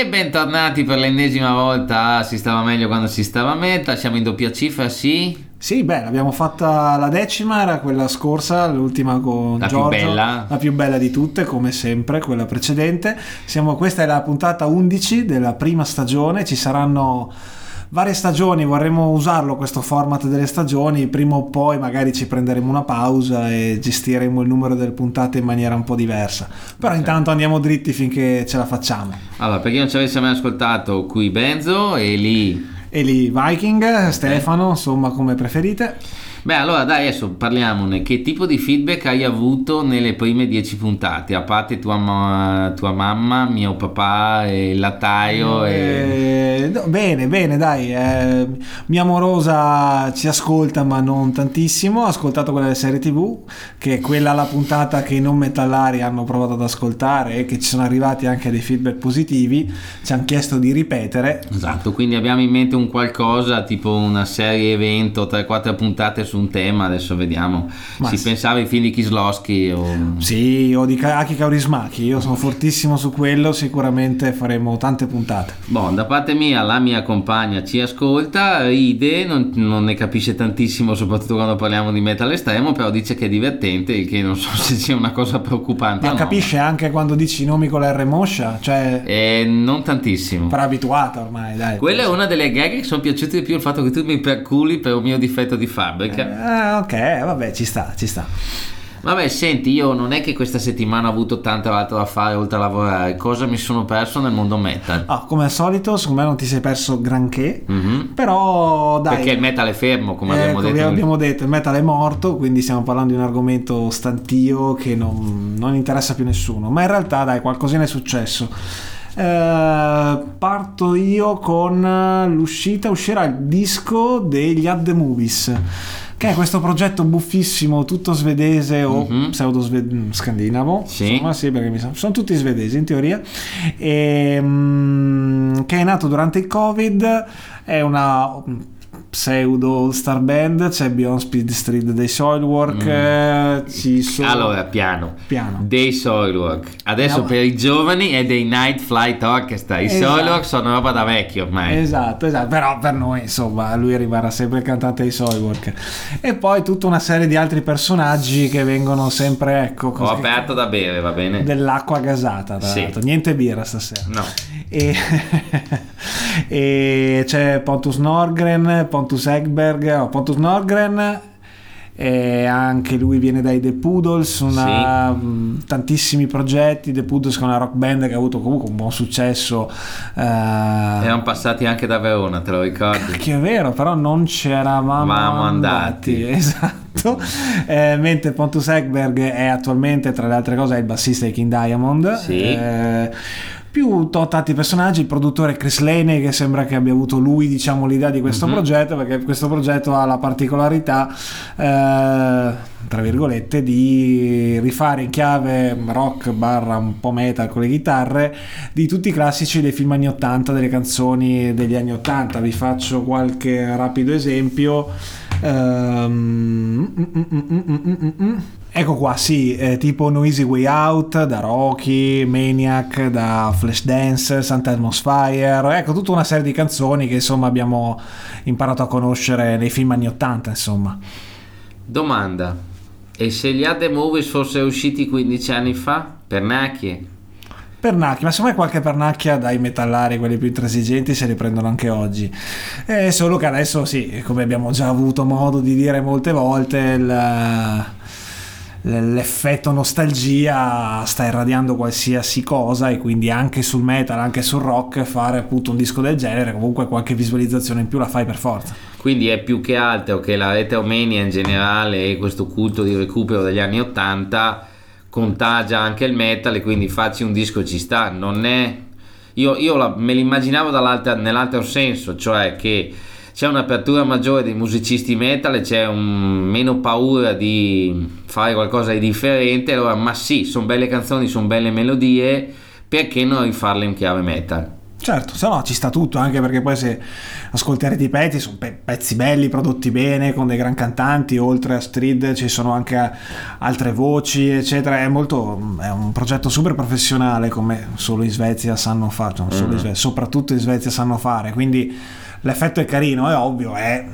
E bentornati per l'ennesima volta. Si stava meglio quando si stava a metal. Siamo in doppia cifra, sì. Sì, beh, l'abbiamo fatta la 10ª, era quella scorsa, l'ultima con La Giorgio. più bella. La più bella di tutte, come sempre, quella precedente. Questa è la puntata 11 della prima stagione, ci saranno varie stagioni, vorremmo usarlo questo format delle stagioni, prima o poi magari ci prenderemo una pausa e gestiremo il numero delle puntate in maniera un po' diversa. Però intanto andiamo dritti finché ce la facciamo. Allora, per chi non ci avesse mai ascoltato, qui Benzo e lì Viking, Stefano, insomma, come preferite. Beh, allora dai, adesso parliamone. Che tipo di feedback hai avuto nelle prime 10 puntate? A parte tua mamma, mio papà e il lattaio Bene, dai. Mia amorosa ci ascolta, ma non tantissimo. Ha ascoltato quella delle serie TV, che è quella la puntata che i non metallari hanno provato ad ascoltare e che ci sono arrivati anche dei feedback positivi. Ci hanno chiesto di ripetere. Esatto, quindi abbiamo in mente un qualcosa tipo una serie evento, 3-4 puntate su un tema, adesso vediamo. Pensava ai film di Kieslowski o di Aki Kaurismäki. Io sono fortissimo su quello, sicuramente faremo tante puntate. Da parte mia, la mia compagna ci ascolta, ride, non ne capisce tantissimo, soprattutto quando parliamo di metal estremo, però dice che è divertente, il che non so se sia una cosa preoccupante. Ma capisce anche quando dici i nomi con la R moscia? Cioè non tantissimo, però abituata ormai, dai. Quella è una delle gag che sono piaciute di più, il fatto che tu mi perculi per un mio difetto di fabbrica. Ok, vabbè, ci sta. Vabbè, senti, io non è che questa settimana ho avuto tanto altro da fare oltre a lavorare. Cosa mi sono perso nel mondo metal? Come al solito, secondo me non ti sei perso granché, però dai. Perché il metal è fermo, come abbiamo detto. Il metal è morto, quindi stiamo parlando di un argomento stantio che non interessa più nessuno. Ma in realtà, dai, qualcosina è successo. Parto io con uscirà il disco degli At The Movies, che è questo progetto buffissimo, tutto svedese o pseudo scandinavo. Sì. Insomma, sì, perché sono tutti svedesi in teoria, che è nato durante il Covid. È una pseudo star band, c'è Beyond Speed Street dei Soilwork, allora piano dei Soilwork, adesso per i giovani è dei Night Flight Orchestra, i Soilwork sono roba da vecchio ormai. Esatto, però per noi insomma lui rimarrà sempre il cantante dei Soilwork. E poi tutta una serie di altri personaggi che vengono sempre, ho aperto da bere, va bene, dell'acqua gasata, tra l'altro. Niente birra stasera, no. E c'è Pontus Norgren, Pontus Ekberg, Pontus Norgren, e anche lui viene dai The Poodles, tantissimi progetti. The Poodles, che è una rock band che ha avuto comunque un buon successo, erano passati anche da Verona, te lo ricordi? Che è vero, però non c'eravamo andati. Esatto. Mentre Pontus Ekberg è attualmente, tra le altre cose, è il bassista di King Diamond. Più tanti personaggi, il produttore Chris Laney, che sembra che abbia avuto lui, diciamo, l'idea di questo progetto, perché questo progetto ha la particolarità, tra virgolette, di rifare in chiave rock / un po' metal con le chitarre di tutti i classici dei film anni 80, delle canzoni degli anni 80. Vi faccio qualche rapido esempio. Ecco qua, tipo No Easy Way Out da Rocky, Maniac da Flashdance, Santa Atmosphere, ecco tutta una serie di canzoni che insomma abbiamo imparato a conoscere nei film anni 80, insomma. Domanda: e se gli At The Movies fossero usciti 15 anni fa? Pernacchie, ma secondo me qualche pernacchia dai metallari, quelli più intransigenti, se li prendono anche oggi. Solo che adesso come abbiamo già avuto modo di dire molte volte, l'effetto nostalgia sta irradiando qualsiasi cosa, e quindi anche sul metal, anche sul rock, fare appunto un disco del genere, comunque qualche visualizzazione in più la fai per forza. Quindi è più che altro che la retromania in generale e questo culto di recupero degli anni 80 contagia anche il metal, e quindi farci un disco ci sta. Non è, io me l'immaginavo nell'altro senso, cioè che c'è un'apertura maggiore dei musicisti metal e c'è meno paura di fare qualcosa di differente. Allora, ma sì, sono belle canzoni, sono belle melodie, perché non rifarle in chiave metal? Certo, se no ci sta tutto, anche perché poi se ascolterete i pezzi sono pezzi belli, prodotti bene, con dei gran cantanti, oltre a Astrid ci sono anche altre voci, eccetera. È un progetto super professionale, come solo in Svezia sanno fare, soprattutto in Svezia sanno fare, quindi l'effetto è carino, è ovvio, è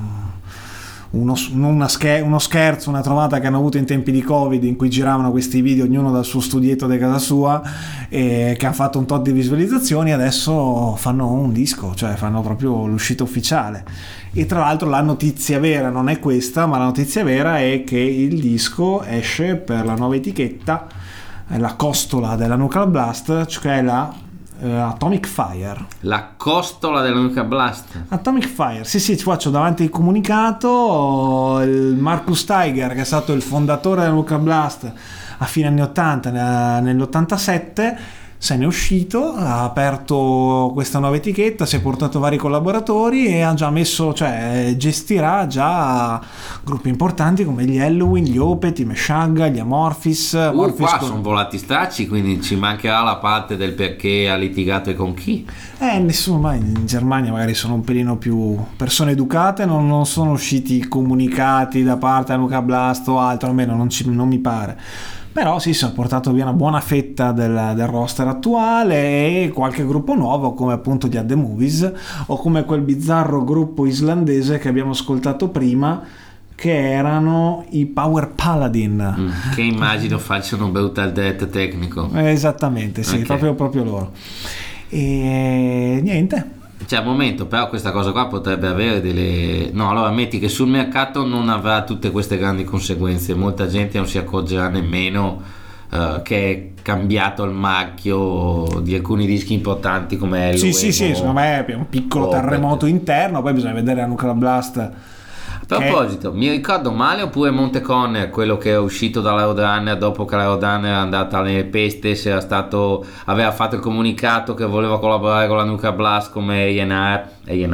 uno scherzo, una trovata che hanno avuto in tempi di Covid, in cui giravano questi video ognuno dal suo studietto di casa sua, e che hanno fatto un tot di visualizzazioni. Adesso fanno un disco, cioè fanno proprio l'uscita ufficiale. E tra l'altro la notizia vera non è questa, ma la notizia vera è che il disco esce per la nuova etichetta, la costola della Nuclear Blast, cioè la Atomic Fire. La costola della Nuclear Blast. Atomic Fire, sì, ci faccio davanti il comunicato. Il Marcus Tiger, che è stato il fondatore della Nuclear Blast a fine anni 80, nell'87 se ne è uscito, ha aperto questa nuova etichetta, si è portato vari collaboratori e ha già messo, cioè gestirà già gruppi importanti come gli Helloween, gli Opeth, i Meshuggah, gli Amorphis. Qua sono volati stracci, quindi ci mancherà la parte del perché ha litigato e con chi. Nessuno, ma in Germania magari sono un pelino più persone educate, non sono usciti comunicati da parte della Nuclear Blast o altro, almeno non mi pare. Però sì, si è portato via una buona fetta del roster attuale, e qualche gruppo nuovo come appunto gli At The Movies, o come quel bizzarro gruppo islandese che abbiamo ascoltato prima, che erano i Power Paladin, che immagino facciano brutal death tecnico. Esattamente, sì, okay. proprio loro. E niente. Cioè, al momento però questa cosa qua potrebbe avere delle... No, allora ammetti che sul mercato non avrà tutte queste grandi conseguenze, molta gente non si accorgerà nemmeno che è cambiato il marchio di alcuni dischi importanti come Helloween. Sì, secondo me è un piccolo terremoto interno, poi bisogna vedere la Nuclear Blast. A proposito, mi ricordo male oppure Monteconner, quello che è uscito dalla Roadrunner dopo che la Roadrunner è andata alle peste, aveva fatto il comunicato che voleva collaborare con la Nuclear Blast come A&R,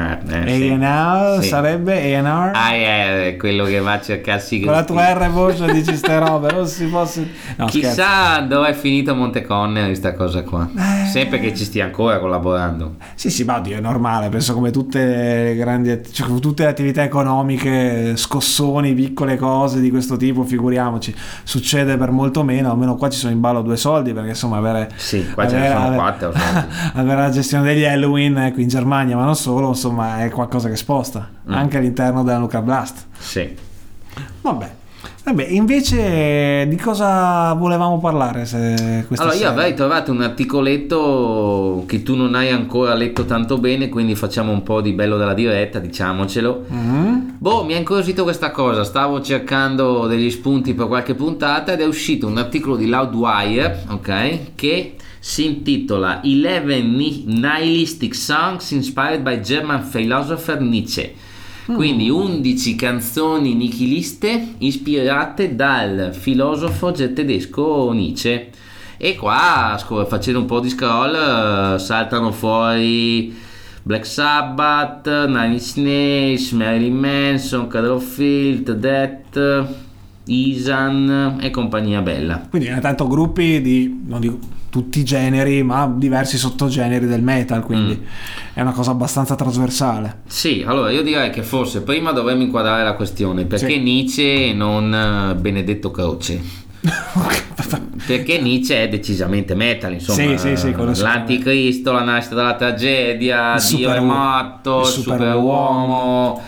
sì. Sarebbe A&R? AR, quello che va a cercarsi con la tua R voce dici ste robe, non si fosse... No, chissà scherzo. Dove è finito Monteconner questa cosa qua, sempre che ci stia ancora collaborando. Sì, ma oddio, è normale, penso come tutte le grandi, cioè, tutte le attività economiche, scossoni, piccole cose di questo tipo, figuriamoci, succede per molto meno, almeno qua ci sono in ballo due soldi, perché insomma avere la gestione degli Helloween qui in Germania, ma non solo, insomma è qualcosa che sposta anche all'interno della Nuclear Blast. Sì. Vabbè, invece di cosa volevamo parlare allora io avrei trovato un articoletto che tu non hai ancora letto tanto bene, quindi facciamo un po' di bello della diretta, diciamocelo. Mi ha incuriosito questa cosa, stavo cercando degli spunti per qualche puntata ed è uscito un articolo di Loudwire, ok, che si intitola 11 Nihilistic Songs Inspired by German Philosopher Nietzsche. Quindi 11 canzoni nichiliste ispirate dal filosofo tedesco Nietzsche. E qua, facendo un po' di scroll, saltano fuori Black Sabbath, Nine Inch Nails, Marilyn Manson, Cradle of Filth, Death, Isan e compagnia bella. Quindi tanto gruppi di, non dico tutti i generi, ma diversi sottogeneri del metal, quindi è una cosa abbastanza trasversale. Sì, allora io direi che forse prima dovremmo inquadrare la questione, perché Nietzsche e non Benedetto Croce. Perché Nietzsche è decisamente metal, insomma. Sì, l'anticristo, la nascita della tragedia, Dio è morto, il superuomo.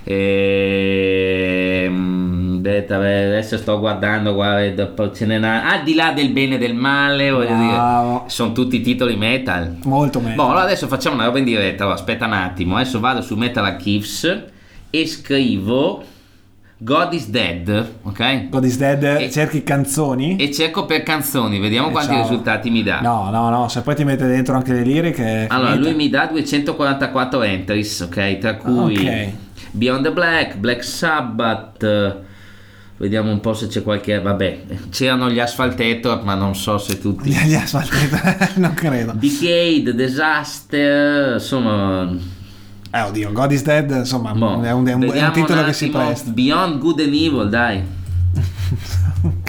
Adesso sto guardando, ce n'è al di là del bene e del male, voglio dire, sono tutti titoli metal, molto metal. Allora adesso facciamo una roba in diretta. Allora, aspetta un attimo, adesso vado su Metal Archives e scrivo God is Dead, ok? God is Dead, cerchi canzoni e cerco per canzoni, vediamo quanti risultati mi dà. No, se poi ti mette dentro anche le liriche. Allora lui mi dà 244 entries, ok, tra cui Beyond the Black Sabbath, vediamo un po' se c'è qualche... c'erano gli Asphaltator, ma non so se tutti... Gli Asphaltator, non credo. Decade, Disaster, insomma... oddio, God is Dead, insomma, è un titolo che si presta. Beyond Good and Evil, dai. Ok,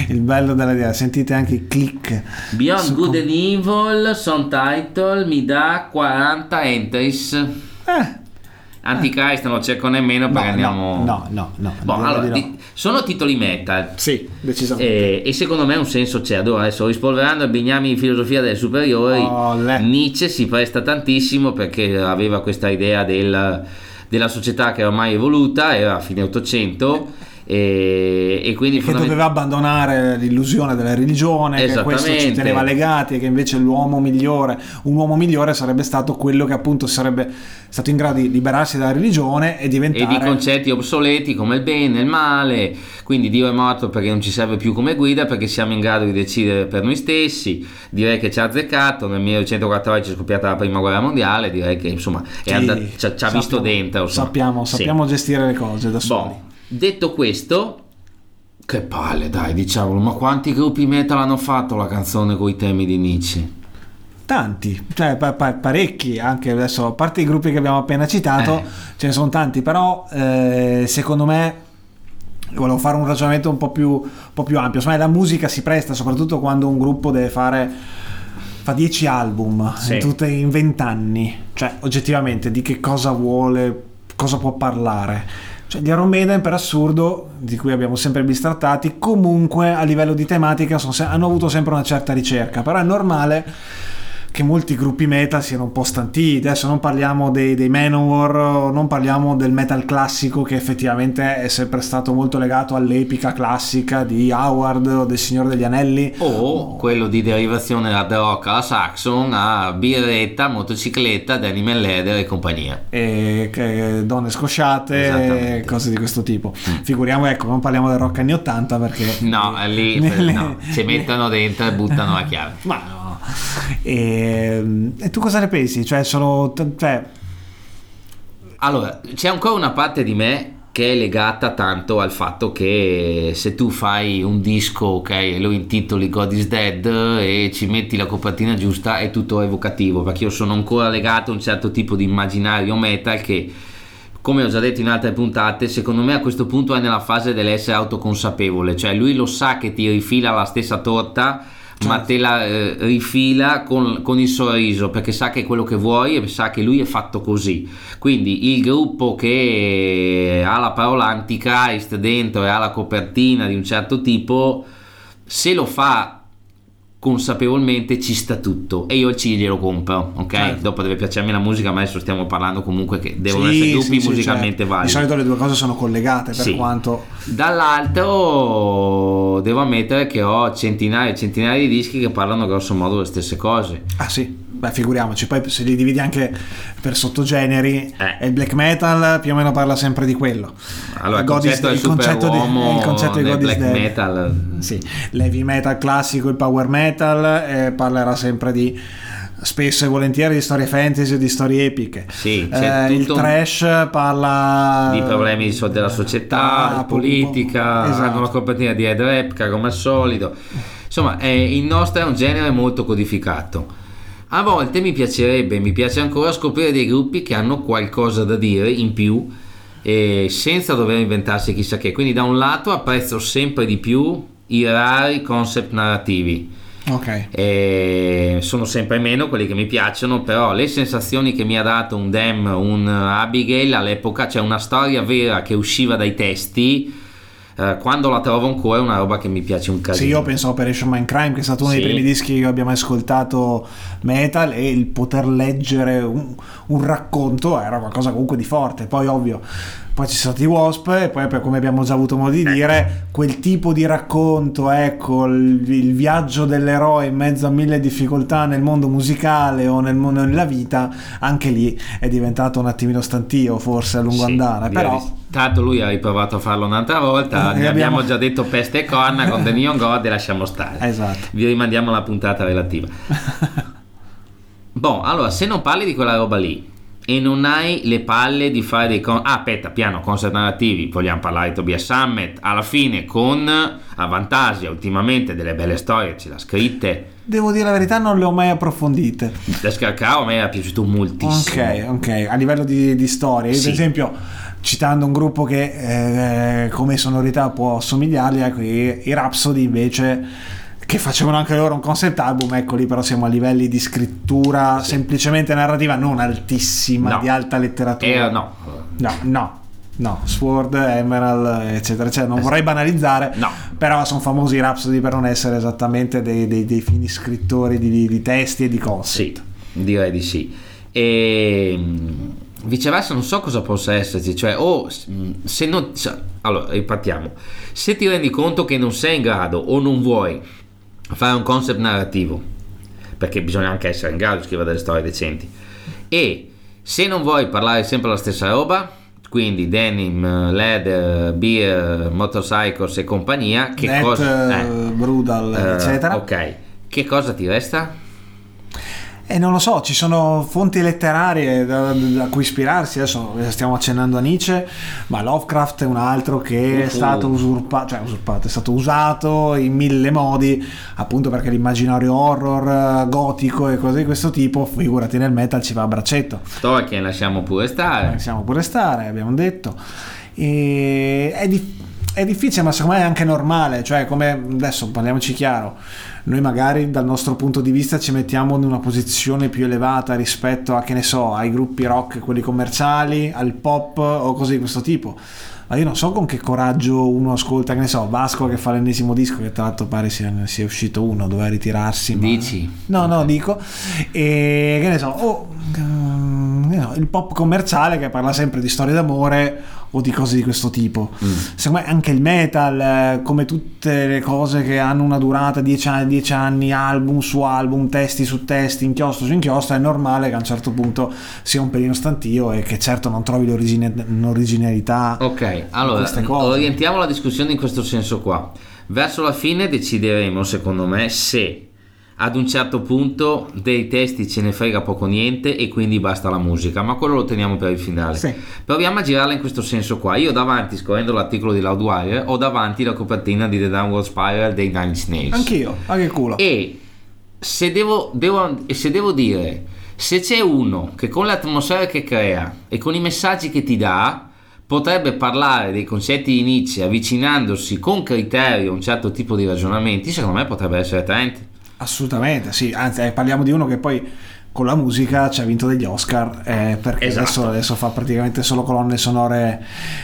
il bello della sentite anche i click. Beyond Good and Evil song title mi dà 40 entries. Antichrist non lo cerco nemmeno perché andiamo. No. Allora, sono titoli metal. Sì, decisamente. E secondo me un senso c'è. Adesso rispolverando i bignami di filosofia delle superiori, Nietzsche si presta tantissimo perché aveva questa idea della società che ormai è evoluta, era a fine 800. E quindi che doveva abbandonare l'illusione della religione, che questo ci teneva legati, e che invece un uomo migliore sarebbe stato quello che appunto sarebbe stato in grado di liberarsi dalla religione e diventare, e di concetti obsoleti come il bene e il male. Quindi Dio è morto perché non ci serve più come guida, perché siamo in grado di decidere per noi stessi. Direi che ci ha azzeccato. Nel 1914 è scoppiata la prima guerra mondiale, direi che insomma ci ha visto dentro, sappiamo gestire le cose da soli. Detto questo, che palle, dai, diciamolo, ma quanti gruppi metal hanno fatto la canzone con i temi di Nietzsche? Tanti, cioè parecchi, anche adesso, a parte i gruppi che abbiamo appena citato, ce ne sono tanti, però secondo me volevo fare un ragionamento un po' più ampio. Secondo me la musica si presta, soprattutto quando un gruppo deve fa 10 album in 20 anni, cioè oggettivamente di che cosa vuole, cosa può parlare. Cioè gli Iron Maiden, per assurdo, di cui abbiamo sempre bistrattati, comunque a livello di tematica hanno avuto sempre una certa ricerca, però è normale che molti gruppi metal siano un po' stantiti. Adesso non parliamo dei Manowar, non parliamo del metal classico, che effettivamente è sempre stato molto legato all'epica classica di Howard o del Signore degli Anelli, o quello di derivazione hard rock alla Saxon, a birretta, motocicletta, Animal Leather e compagnia, e donne scosciate, cose di questo tipo. Figuriamo, ecco, non parliamo del rock anni 80 perché ci mettono dentro e buttano la chiave. Ma no. E tu cosa ne pensi? Allora, c'è ancora una parte di me che è legata tanto al fatto che se tu fai un disco, e lo intitoli God is Dead e ci metti la copertina giusta, è tutto evocativo, perché io sono ancora legato a un certo tipo di immaginario metal che, come ho già detto in altre puntate, secondo me a questo punto è nella fase dell'essere autoconsapevole, cioè lui lo sa che ti rifila la stessa torta, ma te la rifila con il sorriso, perché sa che è quello che vuoi e sa che lui è fatto così. Quindi il gruppo che ha la parola Antichrist dentro e ha la copertina di un certo tipo, se lo fa consapevolmente, ci sta tutto, e io il C glielo compro, ok? Certo. Dopo deve piacermi la musica, ma adesso stiamo parlando comunque che devono essere gruppi musicalmente validi. Di solito le due cose sono collegate, per quanto. Dall'altro devo ammettere che ho centinaia e centinaia di dischi che parlano grosso modo le stesse cose. Ah sì? Beh, figuriamoci, poi se li dividi anche per sottogeneri, il black metal più o meno parla sempre di quello. Allora, il concetto di God black metal. Sì, l'heavy metal classico, il power metal parlerà sempre spesso e volentieri di storie fantasy o di storie epiche. Sì, il trash parla di problemi della società, di politica, hanno una copertina di head rap come al solito. Insomma, il nostro è un genere molto codificato. A volte mi piace ancora scoprire dei gruppi che hanno qualcosa da dire in più, senza dover inventarsi chissà che. Quindi da un lato apprezzo sempre di più i rari concept narrativi, sono sempre meno quelli che mi piacciono, però le sensazioni che mi ha dato un Dem, un Abigail all'epoca, c'è una storia vera che usciva dai testi, quando la trovo ancora è una roba che mi piace un casino. Sì, io penso a Operation Mindcrime, che è stato uno dei primi dischi che abbiamo ascoltato metal, e il poter leggere un racconto era qualcosa comunque di forte. Poi ovvio, poi ci sono stati i Wasp, e poi come abbiamo già avuto modo di dire, quel tipo di racconto, il viaggio dell'eroe in mezzo a mille difficoltà nel mondo musicale o nel mondo della vita, anche lì è diventato un attimino stantio forse a lungo andare, però tanto lui ha riprovato a farlo un'altra volta, ne abbiamo già detto peste e corna con The Neon God e lasciamo stare. Esatto. Vi rimandiamo la puntata relativa. Allora, se non parli di quella roba lì e non hai le palle di fare dei concept narrativi, vogliamo parlare di Tobias Sammet, alla fine con Avantasia ultimamente delle belle storie ce l'ha scritte. Devo dire la verità, non le ho mai approfondite. Da Scarcao a me era piaciuto moltissimo. Ok, a livello di storie, ad esempio citando un gruppo che come sonorità può assomigliargli, ecco, i Rhapsody invece, che facevano anche loro un concept album, ecco lì però siamo a livelli di scrittura semplicemente narrativa non altissima, di alta letteratura. No, Sword, Emerald, eccetera, eccetera. Non vorrei banalizzare, però sono famosi i Rhapsody per non essere esattamente dei fini scrittori di testi e di concept. Sì, direi di sì. E viceversa non so cosa possa esserci, cioè se non, allora ripartiamo, se ti rendi conto che non sei in grado o non vuoi fare un concept narrativo, perché bisogna anche essere in grado di scrivere delle storie decenti, e se non vuoi parlare sempre la stessa roba, quindi denim, leather, beer, motorcycles e compagnia, che cosa Brutal, eccetera, ok, che cosa ti resta? Non lo so, ci sono fonti letterarie da cui ispirarsi. Adesso stiamo accennando a Nietzsche, ma Lovecraft è un altro che è stato è stato usato in mille modi, appunto perché l'immaginario horror, gotico e cose di questo tipo, figurati nel metal ci va a braccetto. Tolkien lasciamo pure stare, abbiamo detto. E è difficile, ma secondo me è anche normale, cioè come adesso parliamoci chiaro, noi magari dal nostro punto di vista ci mettiamo in una posizione più elevata rispetto a, che ne so, ai gruppi rock, quelli commerciali, al pop o cose di questo tipo, ma io non so con che coraggio uno ascolta, che ne so, Vasco che fa l'ennesimo disco, che tra l'altro pare sia uscito uno, doveva ritirarsi, dici? No, dico, e che ne so, il pop commerciale che parla sempre di storie d'amore o di cose di questo tipo. Secondo me anche il metal, come tutte le cose che hanno una durata 10 anni, album su album, testi su testi, inchiostro su inchiostro, è normale che a un certo punto sia un pelino stantio e che certo non trovi l'originalità. Ok, allora orientiamo la discussione in questo senso qua. Verso la fine decideremo, secondo me, se ad un certo punto dei testi ce ne frega poco niente e quindi basta la musica, ma quello lo teniamo per il finale. Sì. Proviamo a girarla in questo senso qua. Io davanti, scorrendo l'articolo di Loudwire, ho davanti la copertina di The Downward Spiral dei Nine Inch Nails. Anch'io, a che culo. E se devo dire, se c'è uno che con l'atmosfera che crea e con i messaggi che ti dà potrebbe parlare dei concetti di Nietzsche avvicinandosi con criterio a un certo tipo di ragionamenti, secondo me potrebbe essere Trent. Assolutamente, sì, anzi parliamo di uno che poi con la musica ci ha vinto degli Oscar, perché esatto. adesso fa praticamente solo colonne sonore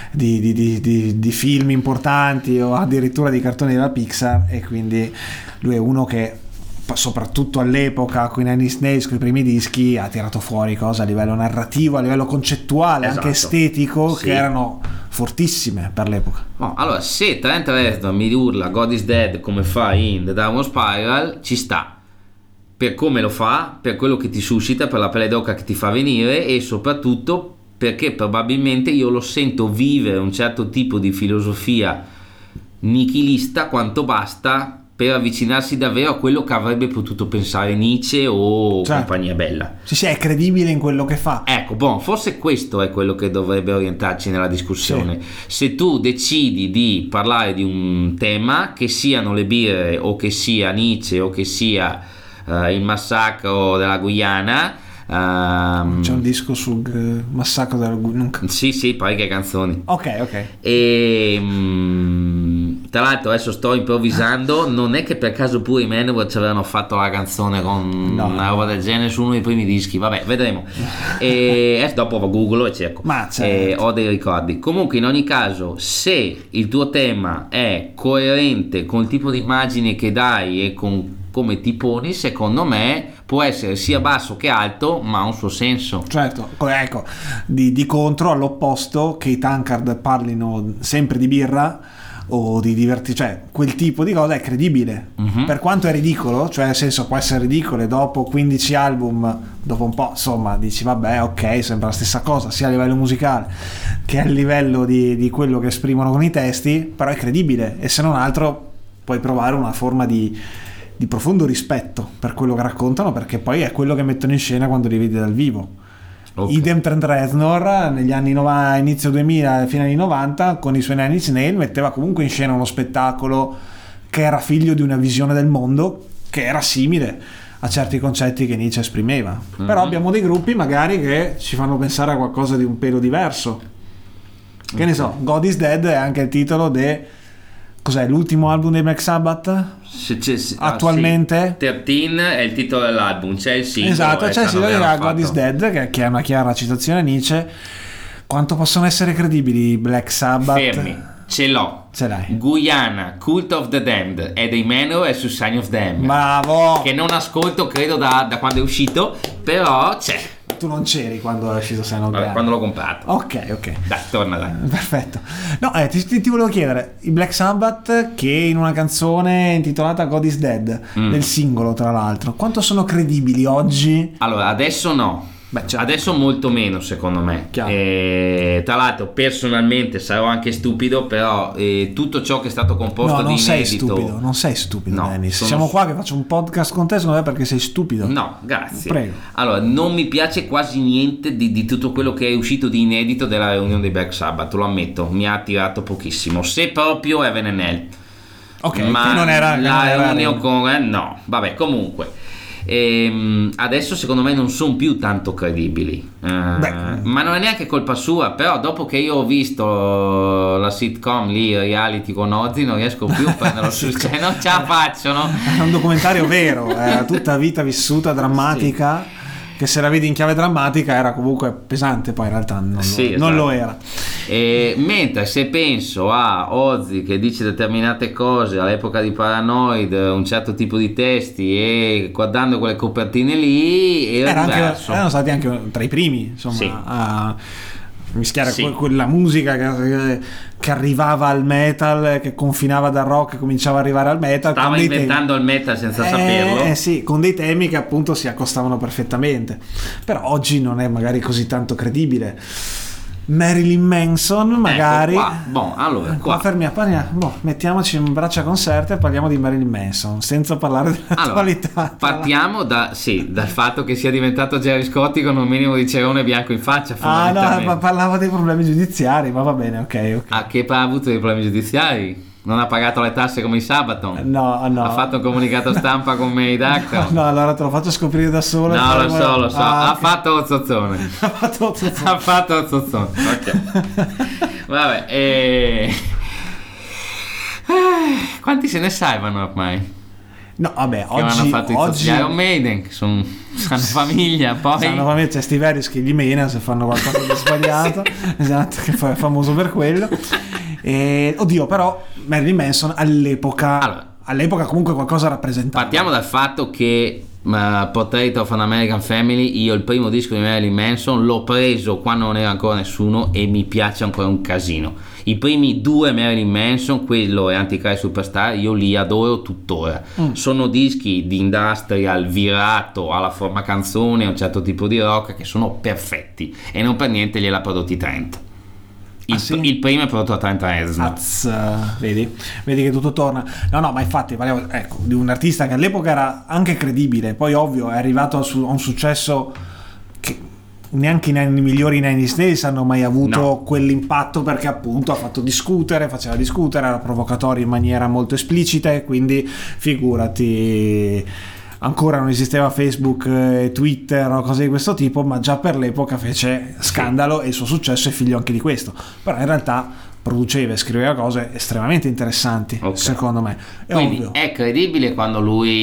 di film importanti o addirittura di cartoni della Pixar, e quindi lui è uno che soprattutto all'epoca con i Nine Inch Nails, con i primi dischi, ha tirato fuori cose a livello narrativo, a livello concettuale, esatto. Anche estetico, sì. Che erano fortissime per l'epoca. Allora, se Trent Reznor mi urla God is Dead come fa in The Downward Spiral, ci sta, per come lo fa, per quello che ti suscita, per la pelle d'oca che ti fa venire, e soprattutto perché probabilmente io lo sento vivere un certo tipo di filosofia nichilista quanto basta per avvicinarsi davvero a quello che avrebbe potuto pensare Nietzsche o compagnia bella. Sì, è credibile in quello che fa. Ecco, forse questo è quello che dovrebbe orientarci nella discussione. Sì. Se tu decidi di parlare di un tema, che siano le birre o che sia Nietzsche o che sia il massacro della Guyana, c'è un disco sul massacro della Guyana. Sì, parecchie canzoni. Ok. E tra l'altro adesso sto improvvisando, non è che per caso pure i Manowar ci avevano fatto la canzone con una roba del genere su uno dei primi dischi, vabbè, vedremo. E dopo googlo e cerco, ho dei ricordi. Comunque in ogni caso, se il tuo tema è coerente con il tipo di immagine che dai e con come ti poni, secondo me può essere sia basso che alto, ma ha un suo senso. Certo, ecco, di contro, all'opposto, che i Tankard parlino sempre di birra o di cioè quel tipo di cosa è credibile, per quanto è ridicolo, cioè nel senso può essere ridicolo, e dopo 15 album, dopo un po', insomma, dici vabbè, ok, sembra la stessa cosa sia a livello musicale che a livello di quello che esprimono con i testi, però è credibile, e se non altro puoi provare una forma di profondo rispetto per quello che raccontano, perché poi è quello che mettono in scena quando li vedi dal vivo. Okay. Idem Trent Reznor negli anni 90, inizio 2000, fine anni 90, con i suoi Nine Inch Nails metteva comunque in scena uno spettacolo che era figlio di una visione del mondo che era simile a certi concetti che Nietzsche esprimeva. Però abbiamo dei gruppi magari che ci fanno pensare a qualcosa di un pelo diverso. Che ne so, God is Dead è anche il titolo cos'è, l'ultimo album dei Black Sabbath? Attualmente? 13 è il titolo dell'album, c'è il singolo. Esatto, c'è il singolo di God is Dead, che è una chiara citazione a Nietzsche. Quanto possono essere credibili i Black Sabbath? Fermi, ce l'ho. Ce l'hai. Guyana, Cult of the Damned è dei Manowar e su Sign of Them. Bravo! Che non ascolto, credo, da quando è uscito, però c'è. Tu non c'eri quando è uscito Sign of Them? Quando l'ho comprato. Ok. Dai, torna dai. Perfetto. No, ti volevo chiedere, i Black Sabbath che in una canzone intitolata God is Dead, del singolo tra l'altro, quanto sono credibili oggi? Allora, adesso no. Adesso molto meno secondo me. Tra l'altro personalmente sarò anche stupido, però tutto ciò che è stato composto di inedito. Non sei stupido, no, Dennis. Siamo qua che faccio un podcast con te, secondo me, perché sei stupido. No, grazie. Prego. Allora, non mi piace quasi niente di tutto quello che è uscito di inedito della riunione dei Black Sabbath, lo ammetto, mi ha attirato pochissimo, se proprio Heaven and Hell. Ok, ma che non era la riunione con no, vabbè, comunque adesso secondo me non sono più tanto credibili, ma non è neanche colpa sua, però dopo che io ho visto la sitcom lì, reality con Ozzy, non riesco più a prenderlo sul serio, non ce la faccio, no? È un documentario vero, era tutta vita vissuta, drammatica, sì. Che se la vedi in chiave drammatica era comunque pesante, poi in realtà non lo era. Mentre se penso a Ozzy che dice determinate cose all'epoca di Paranoid, un certo tipo di testi, e guardando quelle copertine lì erano stati anche tra i primi, insomma, sì. A mischiare quella musica che arrivava al metal, che confinava dal rock e cominciava ad arrivare al metal. Stava inventando il metal senza saperlo. Sì, con dei temi che appunto si accostavano perfettamente. Però oggi non è magari così tanto credibile. Marilyn Manson magari, qua. Mettiamoci in braccia concerte e parliamo di Marilyn Manson senza parlare dell'attualità. Partiamo dal fatto che sia diventato Gerry Scotti con un minimo di cerone bianco in faccia, fondamentalmente. Ma parlava dei problemi giudiziari, ma va bene, ok. Che ha avuto dei problemi giudiziari? Non ha pagato le tasse come i Sabaton? No. Ha fatto un comunicato stampa con May Ducton? No, allora te lo faccio scoprire da solo. No, lo so. Ha fatto Ozzozzone. Ok. Vabbè. Quanti se ne salvano ormai? No, vabbè, che oggi hanno fatto i Iron Maiden, che sanno famiglia, poi sanno famiglia, c'è Steve Harris che gli mena se fanno qualcosa di sbagliato. Esatto, che è famoso per quello. Oddio, però Marilyn Manson all'epoca comunque qualcosa rappresentava. Partiamo dal fatto che Portrait of an American Family, io il primo disco di Marilyn Manson l'ho preso quando non era ancora nessuno e mi piace ancora un casino. I primi due Marilyn Manson, quello e Antichrist Superstar, io li adoro tuttora. Sono dischi di industrial virato alla forma canzone, un certo tipo di rock, che sono perfetti, e non per niente gliel'ha prodotti Trent. Il primo è prodotto a Trent Reznor. Vedi che tutto torna. No, ma infatti parliamo, di un artista che all'epoca era anche credibile, poi ovvio è arrivato a un successo che neanche i migliori Nine Inch Nails hanno mai avuto quell'impatto, perché appunto faceva discutere, era provocatorio in maniera molto esplicita, e quindi figurati, ancora non esisteva Facebook, Twitter o cose di questo tipo, ma già per l'epoca fece scandalo, e il suo successo è figlio anche di questo. Però in realtà produceva e scriveva cose estremamente interessanti, secondo me. Quindi ovvio. È credibile quando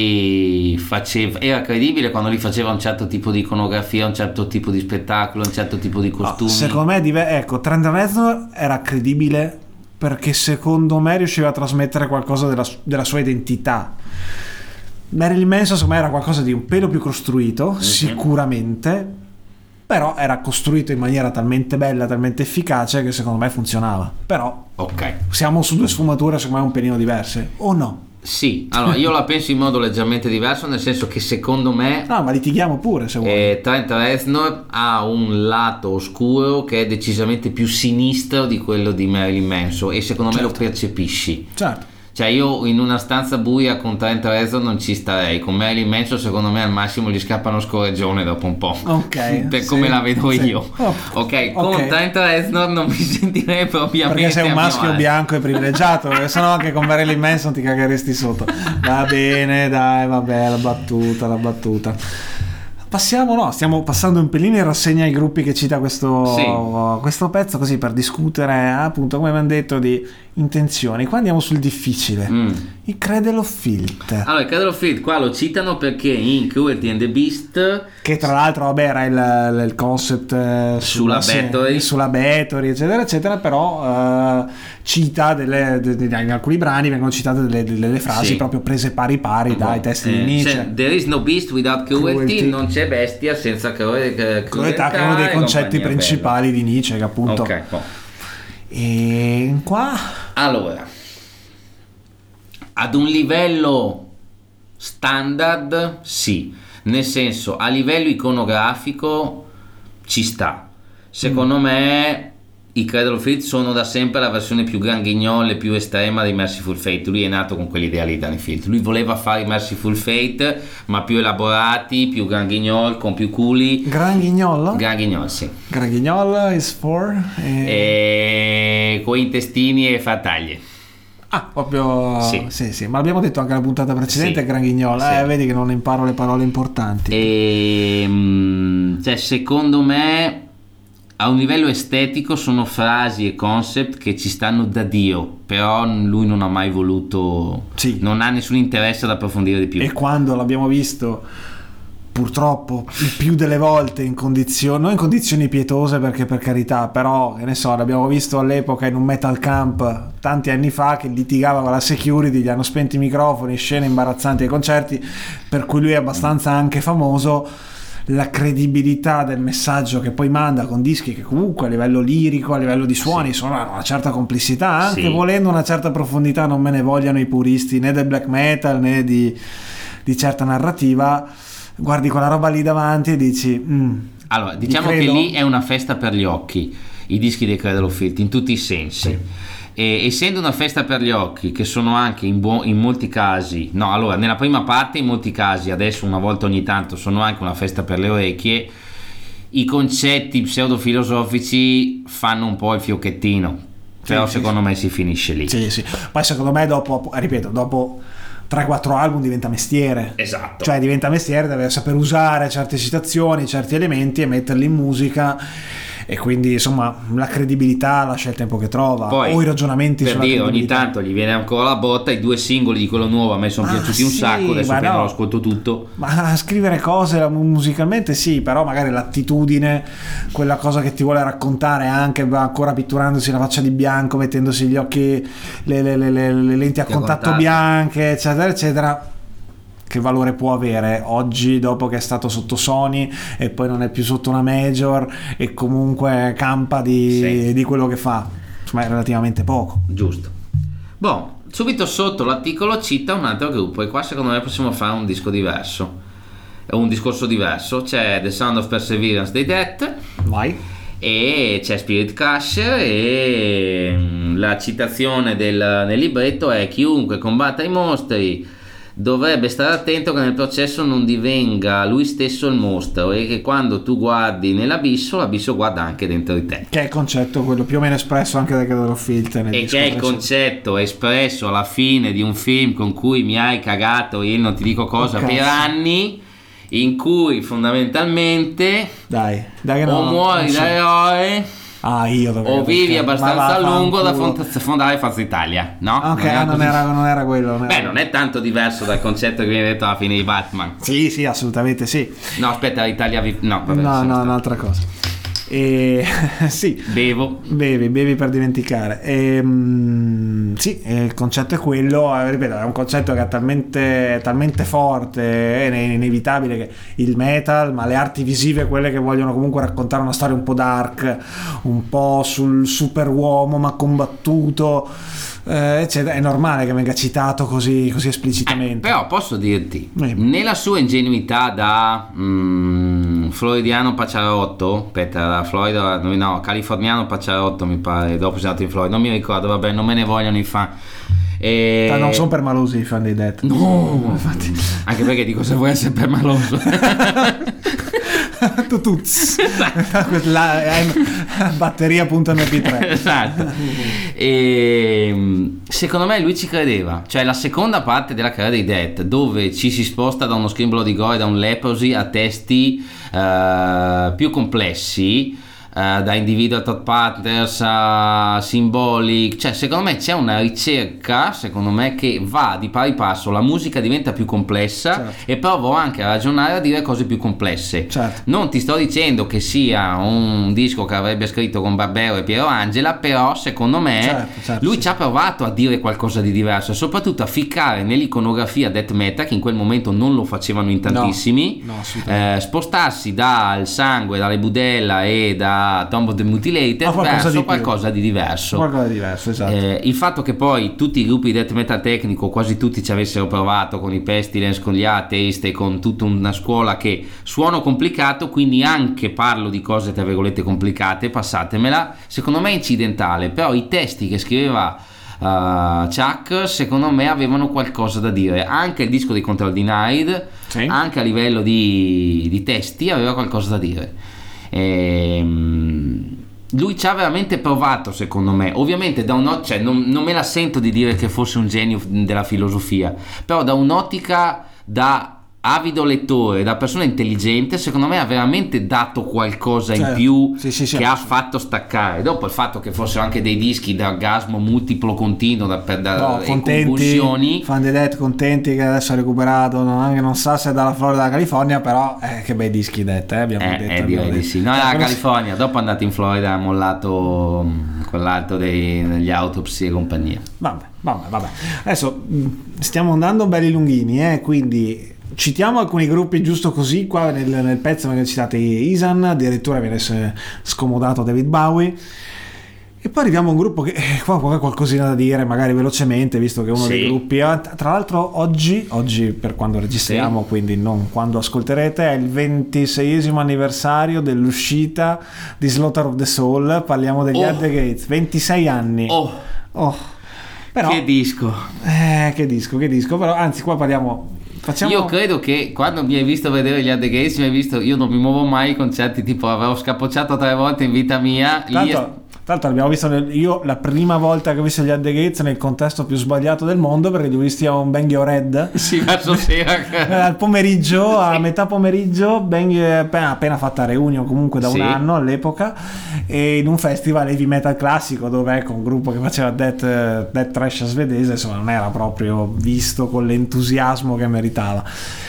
era credibile quando lui faceva un certo tipo di iconografia, un certo tipo di spettacolo, un certo tipo di costumi. Secondo me Trent Reznor era credibile perché secondo me riusciva a trasmettere qualcosa della sua identità. Marilyn Manson secondo me era qualcosa di un pelo più costruito, sicuramente, però era costruito in maniera talmente bella, talmente efficace, che secondo me funzionava. Però siamo su due sfumature secondo me un pelino diverse, o no? Sì, allora io la penso in modo leggermente diverso, nel senso che secondo me ma litighiamo pure se vuoi. Trent Reznor ha un lato oscuro che è decisamente più sinistro di quello di Marilyn Manson, e secondo me lo percepisci. Certo. Cioè io in una stanza buia con Trent Reznor non ci starei, con Marilyn Manson secondo me al massimo gli scappa uno scorreggione dopo un po', per come la vedo io. Con Trent Reznor non mi sentirei propriamente, perché sei un maschio bianco e privilegiato, perché sennò anche con Marilyn Manson ti cagheresti sotto. Va bene, dai, vabbè, la battuta. Stiamo passando un pelino in rassegna ai gruppi che cita questo pezzo, così per discutere appunto, come abbiamo detto, di intenzioni. Qua andiamo sul difficile, il Cradle of Filth. Allora, il Cradle of Filth qua lo citano perché in Cruelty and the Beast, che tra l'altro vabbè era il concept sulla Bathory eccetera eccetera, però cita in alcuni brani vengono citate delle frasi proprio prese pari pari dai testi di Nietzsche. There is no beast without cruelty, non c'è bestia senza crudeltà, che è uno dei concetti principali di Nietzsche, che appunto e qua allora ad un livello standard sì, nel senso a livello iconografico ci sta, secondo me. I Cradle of Filth sono da sempre la versione più granghignole, più estrema di Merciful Fate. Lui è nato con quell'idea lì, Danny Filth. Lui voleva fare i Merciful Fate, ma più elaborati, più granghignol, con più culi. Granghignol? Granghignol, sì. Granghignol is for? E con intestini e frattaglie. Ah, proprio sì, ma l'abbiamo detto anche la puntata precedente, Granghignol, vedi che non imparo le parole importanti. Cioè, secondo me a un livello estetico sono frasi e concept che ci stanno da Dio, però lui non ha mai voluto, non ha nessun interesse ad approfondire di più. E quando l'abbiamo visto, purtroppo, il più delle volte non in condizioni pietose, perché per carità, però che ne so, l'abbiamo visto all'epoca in un metal camp tanti anni fa che litigava con la security, gli hanno spento i microfoni, scene imbarazzanti ai concerti, per cui lui è abbastanza anche famoso. La credibilità del messaggio che poi manda con dischi che comunque a livello lirico, a livello di suoni sono una certa complessità, anche volendo una certa profondità, non me ne vogliano i puristi né del black metal né di certa narrativa. Guardi quella roba lì davanti e dici allora diciamo che lì è una festa per gli occhi, i dischi dei Cradle of Filth in tutti i sensi. E essendo una festa per gli occhi, che sono anche in molti casi, nella prima parte in molti casi, adesso una volta ogni tanto, sono anche una festa per le orecchie, i concetti pseudofilosofici fanno un po' il fiocchettino, però secondo me si finisce lì. Sì. Poi secondo me dopo 3-4 album diventa mestiere. Esatto. Cioè diventa mestiere, deve saper usare certe citazioni, certi elementi e metterli in musica. E quindi insomma la credibilità lascia il tempo che trova. Poi, o i ragionamenti per sulla dire, credibilità. ogni tanto gli viene ancora la botta. I 2 singoli di quello nuovo a me sono piaciuti un sacco, adesso che non lo ascolto tutto. Ma scrivere cose musicalmente sì, però magari l'attitudine, quella cosa che ti vuole raccontare, anche ancora pitturandosi la faccia di bianco, mettendosi gli occhi, le lenti a contatto bianche, eccetera eccetera, che valore può avere oggi dopo che è stato sotto Sony e poi non è più sotto una major e comunque campa di quello che fa? Insomma è relativamente poco. Giusto. Subito sotto l'articolo cita un altro gruppo e qua secondo me possiamo fare un discorso diverso. C'è The Sound of Perseverance dei Death, vai, e c'è Spirit Crusher, e la citazione nel libretto è: chiunque combatta i mostri dovrebbe stare attento che nel processo non divenga lui stesso il mostro, e che quando tu guardi nell'abisso, l'abisso guarda anche dentro di te. Che è il concetto quello più o meno espresso anche da Cradle of Filth, e che è il concetto espresso alla fine di un film con cui mi hai cagato, io non ti dico cosa, per anni, in cui fondamentalmente dai che no, o muori da eroe o vivi abbastanza a lungo da fondare Forza Italia, no? Ok, non era quello. Non è tanto diverso dal concetto che viene detto alla fine di Batman. Sì, assolutamente sì. No, aspetta, l'Italia no, un'altra cosa. Sì, bevi per dimenticare. Sì, il concetto è quello, ripeto, è un concetto che è talmente forte, è inevitabile che il metal, ma le arti visive, quelle che vogliono comunque raccontare una storia un po' dark, un po' sul superuomo ma combattuto, eccetera, è normale che venga citato così esplicitamente. Però posso dirti, nella sua ingenuità da floridiano Pacciarotto, californiano Pacciarotto mi pare, dopo è andato in Florida, non mi ricordo, vabbè, non me ne vogliono i fan. Non sono permalosi i fan dei Death. No, infatti. Anche perché dico, se vuoi essere permaloso batteria.mp3. Esatto. E secondo me lui ci credeva, cioè la seconda parte della carriera dei Death, dove ci si sposta da uno Scream Bloody Gore, da un Leprosy a testi più complessi, da Individual Thought Patterns a Symbolic, cioè secondo me c'è una ricerca, secondo me, che va di pari passo, la musica diventa più complessa, certo, e provo anche a ragionare, a dire cose più complesse, certo. Non ti sto dicendo che sia un disco che avrebbe scritto con Barbero e Piero Angela, però secondo me certo, lui ci ha provato a dire qualcosa di diverso, e soprattutto a ficcare nell'iconografia death metal, che in quel momento non lo facevano in tantissimi, spostarsi dal sangue, dalle budella e da Tomb of the Mutilated verso qualcosa di diverso. Qualcosa di diverso, esatto. Il fatto che poi tutti i gruppi di death metal tecnico, quasi tutti, ci avessero provato con i Pestilence, con gli Atheist e con tutta una scuola che suono complicato, quindi anche parlo di cose tra virgolette complicate, passatemela, secondo me è incidentale, però i testi che scriveva Chuck secondo me avevano qualcosa da dire. Anche il disco di Control Denied, sì, anche a livello di testi aveva qualcosa da dire. Lui ci ha veramente provato, secondo me. Ovviamente cioè non me la sento di dire che fosse un genio della filosofia, però da un'ottica da avido lettore, da persona intelligente, secondo me ha veramente dato qualcosa in più, che ha fatto staccare. Dopo il fatto che fossero anche dei dischi da orgasmo multiplo continuo e convulsioni, fan dei Death contenti che adesso ha recuperato, non sa se è dalla Florida alla California, però che bei dischi Death, abbiamo detto. Direi di sì. No, la California, dopo è andato in Florida, ha mollato quell'altro degli Autopsy e compagnia. Vabbè. Adesso stiamo andando belli lunghini, quindi citiamo alcuni gruppi giusto così qua nel pezzo, perché citate Isan, addirittura viene scomodato David Bowie, e poi arriviamo a un gruppo che qua ha qualcosina da dire, magari velocemente, visto che è uno dei gruppi, tra l'altro oggi per quando registriamo, quindi non quando ascolterete, è il 26esimo anniversario dell'uscita di Slaughter of the Soul. Parliamo degli At the Gates, 26 anni. Però, che disco, però anzi qua io credo che quando mi hai visto vedere gli At the Gates, mi hai visto, io non mi muovo mai ai concerti, tipo avevo scapocciato 3 volte in vita mia. Tra l'altro abbiamo visto io la prima volta che ho visto gli At the Gates nel contesto più sbagliato del mondo, perché li ho visti a un Bang Your Head verso sera al pomeriggio, a metà pomeriggio, appena fatta reunion comunque da un anno all'epoca, e in un festival heavy metal classico, dove un gruppo che faceva death trash svedese, insomma non era proprio visto con l'entusiasmo che meritava.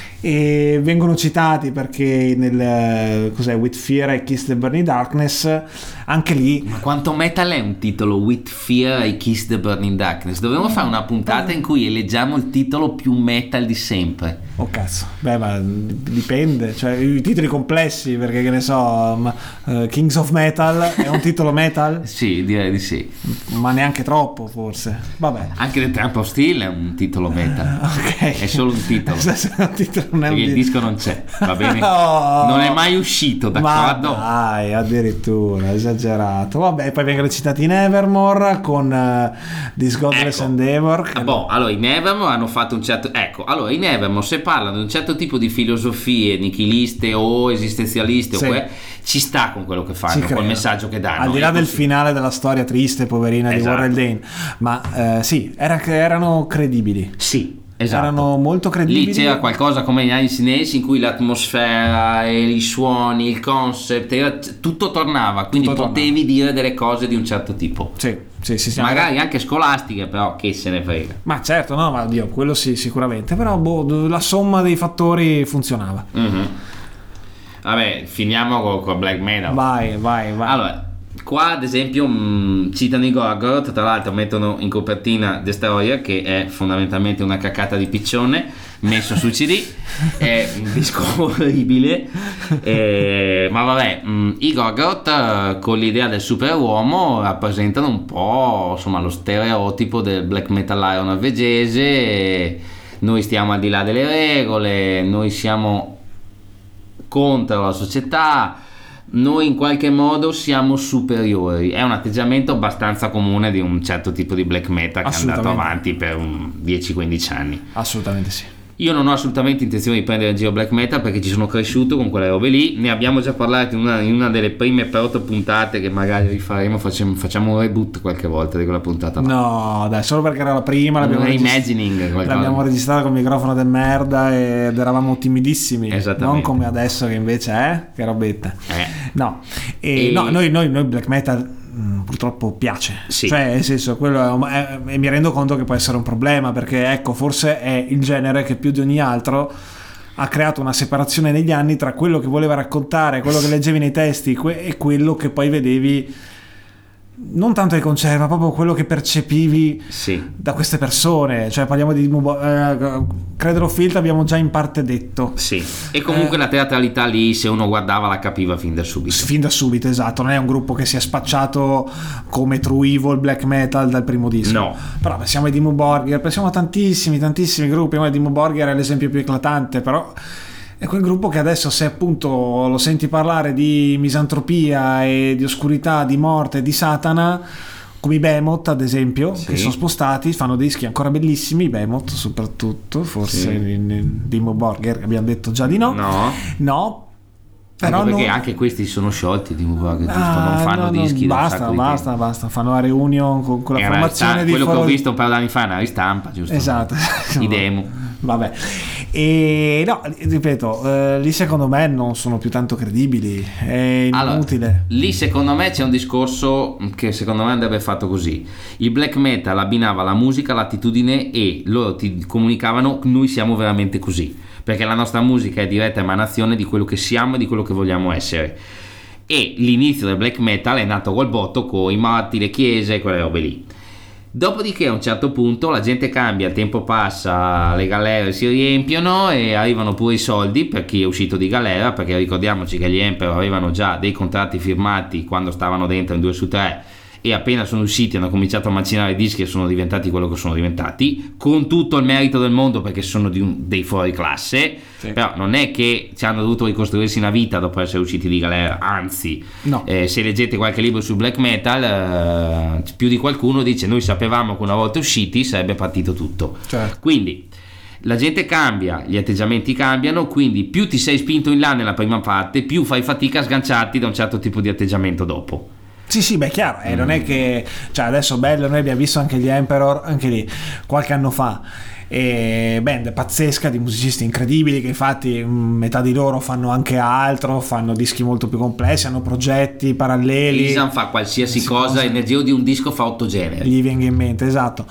E vengono citati perché nel With Fear I Kiss the Burning Darkness, anche lì, ma quanto metal è un titolo, With Fear I Kiss the Burning Darkness? Dovremmo fare una puntata in cui eleggiamo il titolo più metal di sempre. Cazzo, ma dipende, cioè i titoli complessi, perché che ne so, Kings of Metal è un titolo metal? Sì, direi di sì, ma neanche troppo forse. Vabbè, anche The Tramp of Steel è un titolo metal. È solo un titolo, perché il disco non c'è, va bene? Non è mai uscito, d'accordo? Ma dai, addirittura esagerato. Vabbè, poi vengono citati in Evermore con This Godless Endeavor. Allora in Evermore hanno fatto un certo, allora in Evermore, se parlano di un certo tipo di filosofie nichiliste o esistenzialiste, ci sta con quello che fanno, col messaggio che danno, al di là del finale della storia triste, poverina, di Warren Dane, ma erano credibili. Esatto. Erano molto credibili. Lì c'era qualcosa come negli Sinesi, in cui l'atmosfera e i suoni, il concept, tutto tornava, quindi potevi dire delle cose di un certo tipo. Sì, magari anche scolastiche, però che se ne frega. Ma certo, no, ma Dio, quello sì, sicuramente, però la somma dei fattori funzionava. Mm-hmm. Vabbè, finiamo con black metal. Vai. Allora, qua ad esempio citano i Gorgoroth, tra l'altro mettono in copertina Destroyer, che è fondamentalmente una cacata di piccione messo su CD. È un disco orribile, ma vabbè, i Gorgoroth con l'idea del superuomo rappresentano un po', insomma, lo stereotipo del black metalaio norvegese. Noi stiamo al di là delle regole, noi siamo contro la società, noi in qualche modo siamo superiori. È un atteggiamento abbastanza comune di un certo tipo di black metal che è andato avanti per 10-15 anni. Assolutamente sì. Io non ho assolutamente intenzione di prendere in giro black metal perché ci sono cresciuto con quelle robe lì. Ne abbiamo già parlato in una delle prime per 8 puntate che magari rifaremo, facciamo un reboot qualche volta di quella puntata. No, dai, solo perché era la prima, l'abbiamo registrata con il microfono del merda ed eravamo timidissimi, non come adesso che invece che robetta. No, noi black metal purtroppo piace, sì. Cioè nel senso, quello e mi rendo conto che può essere un problema, perché ecco, forse è il genere che più di ogni altro ha creato una separazione negli anni tra quello che voleva raccontare, quello che leggevi nei testi e quello che poi vedevi non tanto ai concerti, ma proprio quello che percepivi da queste persone. Cioè parliamo di Cradle of Filth, abbiamo già in parte detto. Sì. E comunque la teatralità lì, se uno guardava, la capiva fin da subito, esatto. Non è un gruppo che si è spacciato come True Evil black metal dal primo disco, no. Però pensiamo ai Dimmu Borgir, pensiamo a tantissimi gruppi. Ma Dimmu Borgir è l'esempio più eclatante, però è quel gruppo che adesso, se appunto lo senti parlare di misantropia e di oscurità, di morte, di Satana, come i Behemoth ad esempio, che sono spostati, fanno dischi ancora bellissimi, i Behemoth soprattutto, forse Dimmu Borgir abbiamo detto già di no, però perché anche questi sono sciolti, Dimmu Borgir, non fanno dischi da un sacco di tempo. Basta, fanno la reunion con la formazione di quello che ho visto un paio d'anni fa, una ristampa, giusto? Esatto. I demo. Vabbè, e no, ripeto, lì secondo me non sono più tanto credibili, è inutile. Allora, lì secondo me c'è un discorso che secondo me andrebbe fatto così: il black metal abbinava la musica, l'attitudine, e loro ti comunicavano noi siamo veramente così, perché la nostra musica è diretta emanazione di quello che siamo e di quello che vogliamo essere. E l'inizio del black metal è nato col botto con i matti, le chiese e quelle robe lì. Dopodiché a un certo punto la gente cambia, il tempo passa, le galere si riempiono e arrivano pure i soldi per chi è uscito di galera, perché ricordiamoci che gli Emperor avevano già dei contratti firmati quando stavano dentro in 2 su 3, e appena sono usciti hanno cominciato a macinare dischi e sono diventati quello che sono diventati, con tutto il merito del mondo perché sono dei fuori classe. Però non è che ci hanno dovuto ricostruirsi una vita dopo essere usciti di galera, anzi, no. Se leggete qualche libro sul black metal, più di qualcuno dice noi sapevamo che una volta usciti sarebbe partito tutto. Quindi la gente cambia, gli atteggiamenti cambiano, quindi più ti sei spinto in là nella prima parte, più fai fatica a sganciarti da un certo tipo di atteggiamento dopo. Sì, beh, chiaro, non è che, cioè adesso bello, noi abbiamo visto anche gli Emperor, anche lì, qualche anno fa, band pazzesca di musicisti incredibili che infatti metà di loro fanno anche altro, fanno dischi molto più complessi, hanno progetti paralleli. Isan fa qualsiasi cosa e nel giro di un disco fa 8 generi. Gli venga in mente, esatto.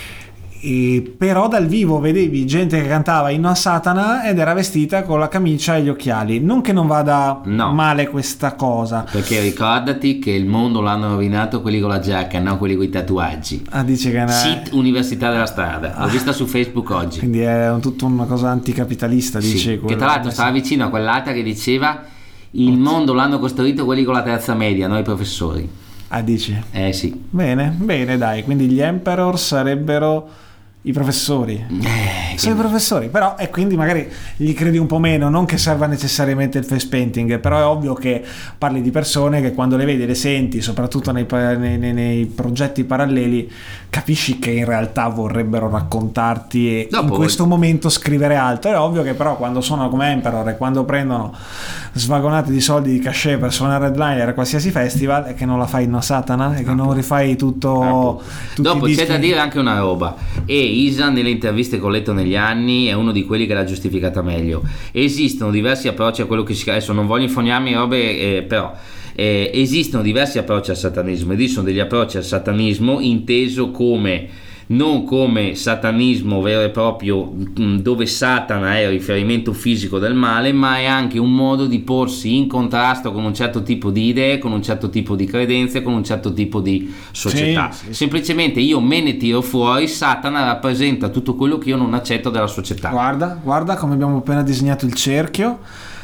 Però dal vivo vedevi gente che cantava Inno a Satana ed era vestita con la camicia e gli occhiali. Non che non vada male questa cosa, perché ricordati che il mondo l'hanno rovinato quelli con la giacca, non quelli con i tatuaggi. Dice che SIT Università della Strada, l'ho vista su Facebook oggi. Quindi è tutta una cosa anticapitalista, dice. Che tra l'altro stava vicino a quell'altra che diceva il mondo l'hanno costruito quelli con la terza media, noi professori. Dici? Sì. Bene, dai, quindi gli Emperor sarebbero i professori, sono i professori, però e quindi magari gli credi un po' meno, non che serva necessariamente il face painting, però è ovvio che parli di persone che quando le vedi, le senti, soprattutto nei progetti paralleli, capisci che in realtà vorrebbero raccontarti e in questo momento scrivere altro. È ovvio che però quando suonano come Emperor e quando prendono svagonate di soldi di cachet per suonare headliner a qualsiasi festival, è che non la fai in Satana e che non rifai tutto. Dopo c'è da dire anche una roba, e Isan nelle interviste che ho letto negli anni è uno di quelli che l'ha giustificata meglio. Esistono diversi approcci a quello che si adesso non voglio infognarmi robe, però esistono diversi approcci al satanismo, ed sono degli approcci al satanismo inteso come non come satanismo vero e proprio dove Satana è il riferimento fisico del male, ma è anche un modo di porsi in contrasto con un certo tipo di idee, con un certo tipo di credenze, con un certo tipo di società. Sì. Semplicemente io me ne tiro fuori, Satana rappresenta tutto quello che io non accetto della società. Guarda come abbiamo appena disegnato il cerchio.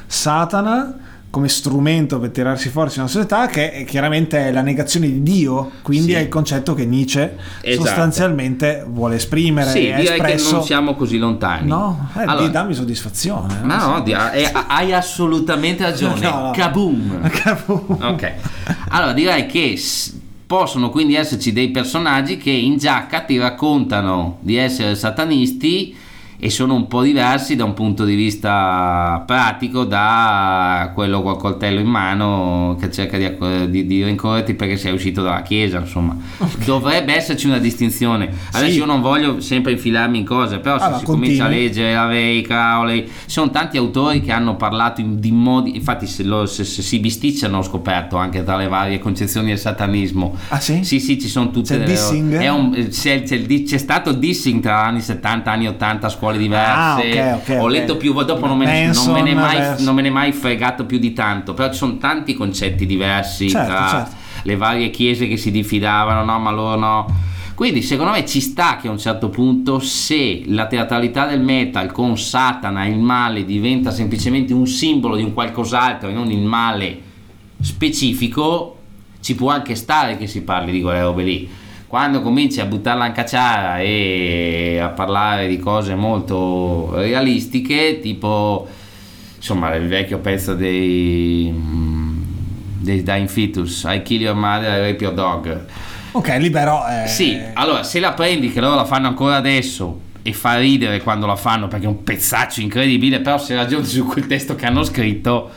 Satana come strumento per tirarsi fuori una società che chiaramente è la negazione di Dio, quindi è il concetto che Nietzsche sostanzialmente vuole esprimere. Sì, direi che non siamo così lontani. No, allora, dammi soddisfazione. No, hai assolutamente ragione. No. Kaboom. Ok. Allora direi che possono quindi esserci dei personaggi che in giacca ti raccontano di essere satanisti e sono un po' diversi da un punto di vista pratico da quello col coltello in mano che cerca di rincorrerti perché sei uscito dalla chiesa, insomma. Dovrebbe esserci una distinzione. Adesso io non voglio sempre infilarmi in cose, però se si comincia a leggere la Ray Crowley, ci sono tanti autori che hanno parlato di modi, infatti se si bisticciano, ho scoperto anche tra le varie concezioni del satanismo. Ah sì? Sì, ci sono tutte c'è stato il dissing tra anni 70 anni 80 a scuole diverse. Okay, ho letto più, dopo non me ne è mai fregato più di tanto, però ci sono tanti concetti diversi tra le varie chiese che si diffidavano, no, ma loro no. Quindi secondo me ci sta che a un certo punto, se la teatralità del metal con Satana, il male, diventa semplicemente un simbolo di un qualcos'altro e non il male specifico, ci può anche stare che si parli di quelle robe lì. Quando cominci a buttarla in cacciara e a parlare di cose molto realistiche, tipo insomma il vecchio pezzo dei Dying Fetus, I kill your mother, I rape your dog. Ok, lì però sì, allora se la prendi che loro la fanno ancora adesso e fa ridere quando la fanno perché è un pezzaccio incredibile, però se ragioni su quel testo che hanno scritto,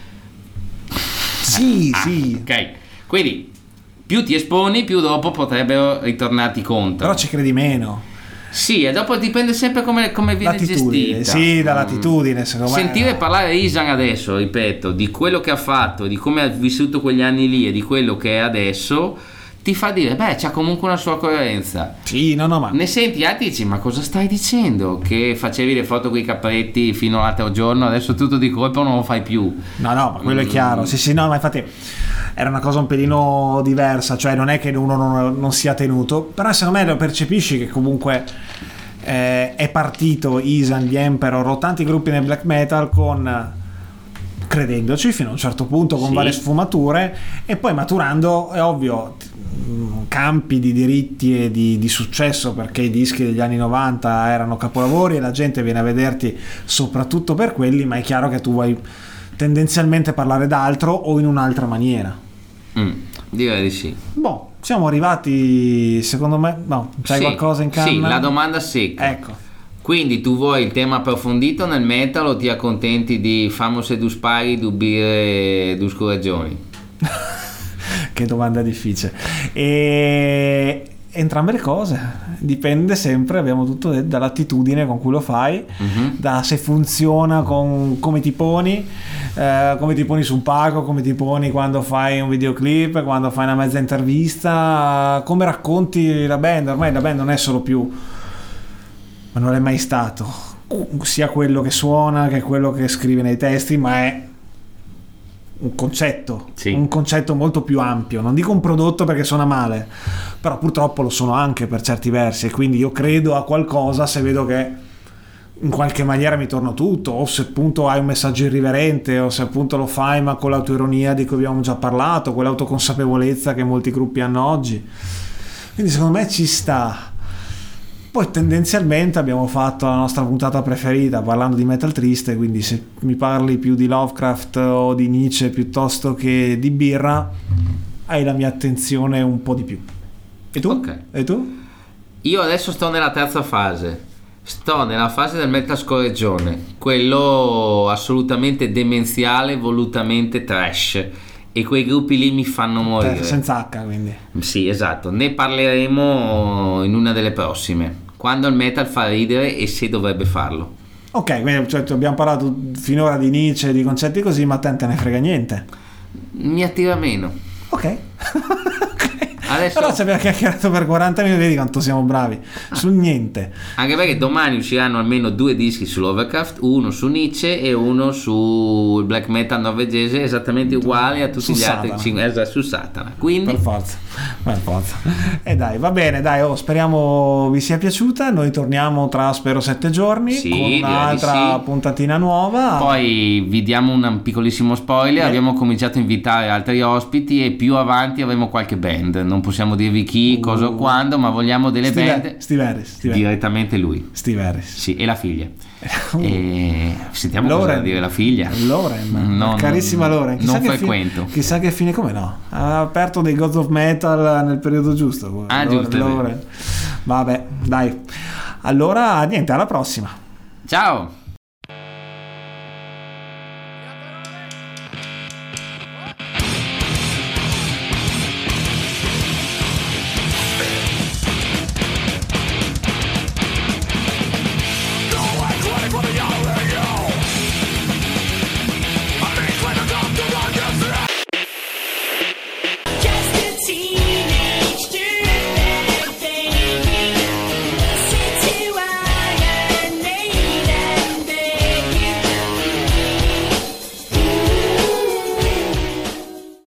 sì. Ok, quindi più ti esponi, più dopo potrebbero ritornarti contro. Però ci credi meno. Sì, e dopo dipende sempre come viene gestita. Sì, dall'attitudine, secondo me. Sentire parlare Isan adesso, ripeto, di quello che ha fatto, di come ha vissuto quegli anni lì e di quello che è adesso, ti fa dire, c'ha comunque una sua coerenza. Sì, no, ma ne senti altri e dici, ma cosa stai dicendo? Che facevi le foto con i capretti fino all'altro giorno, adesso tutto di colpo non lo fai più. No, ma quello è chiaro. Sì, no, ma infatti era una cosa un pelino diversa, cioè non è che uno non sia tenuto, però secondo me lo percepisci che comunque è partito Isan, gli Emperor o tanti gruppi nel black metal credendoci fino a un certo punto con varie sfumature, e poi maturando è ovvio campi di diritti e di successo, perché i dischi degli anni 90 erano capolavori e la gente viene a vederti soprattutto per quelli, ma è chiaro che tu vuoi tendenzialmente parlare d'altro o in un'altra maniera. Direi di sì. Siamo arrivati, secondo me, c'hai qualcosa in canna? Sì, la domanda secca. Ecco. Quindi tu vuoi il tema approfondito nel metal o ti accontenti di famose du spari, du birre, du scorreggioni? Che domanda difficile. E entrambe le cose, dipende sempre, abbiamo tutto detto, dall'attitudine con cui lo fai, da se funziona, con come ti poni su un palco, come ti poni quando fai un videoclip, quando fai una mezza intervista, come racconti la band. Ormai la band non è solo più, ma non è mai stato sia quello che suona che quello che scrive nei testi, ma è un concetto molto più ampio. Non dico un prodotto perché suona male, però purtroppo lo sono anche per certi versi, e quindi io credo a qualcosa se vedo che in qualche maniera mi torna tutto, o se appunto hai un messaggio irriverente, o se appunto lo fai ma con l'autoironia di cui abbiamo già parlato, quell'autoconsapevolezza che molti gruppi hanno oggi. Quindi secondo me ci sta. Poi tendenzialmente abbiamo fatto la nostra puntata preferita parlando di metal triste, quindi se mi parli più di Lovecraft o di Nietzsche piuttosto che di birra, hai la mia attenzione un po' di più. E tu? Ok. E tu? Io adesso sto nella terza fase. Sto nella fase del metal scorreggione, quello assolutamente demenziale, volutamente trash, e quei gruppi lì mi fanno morire. Senza H, quindi. Sì, esatto, ne parleremo in una delle prossime, quando il metal fa ridere e se dovrebbe farlo. Ok, quindi abbiamo parlato finora di Nietzsche, di concetti così, ma a te ne frega niente. Mi attira meno. Ok. Adesso... Però ci abbiamo chiacchierato per 40 minuti, vedi quanto siamo bravi sul niente. Anche perché domani usciranno almeno 2 dischi sull'Overcraft, uno su Nietzsche e uno sul black metal norvegese, esattamente uguali a tutti gli altri su Satana. Quindi per forza. E dai, va bene, dai, speriamo vi sia piaciuta. Noi torniamo tra spero 7 giorni con un'altra puntatina nuova. Poi vi diamo un piccolissimo spoiler, abbiamo cominciato a invitare altri ospiti e più avanti avremo qualche band. Non possiamo dirvi chi, cosa o quando, ma vogliamo delle band. Steve Harris. Direttamente lui. Steve Harris. Sì, e la figlia. Sentiamo cosa dire la figlia. Lauren, carissima Lauren. Non frequento. Chissà che fine, come no? Ha aperto dei Gods of Metal nel periodo giusto. Giusto. Lauren. Vabbè, dai. Allora, niente, alla prossima. Ciao!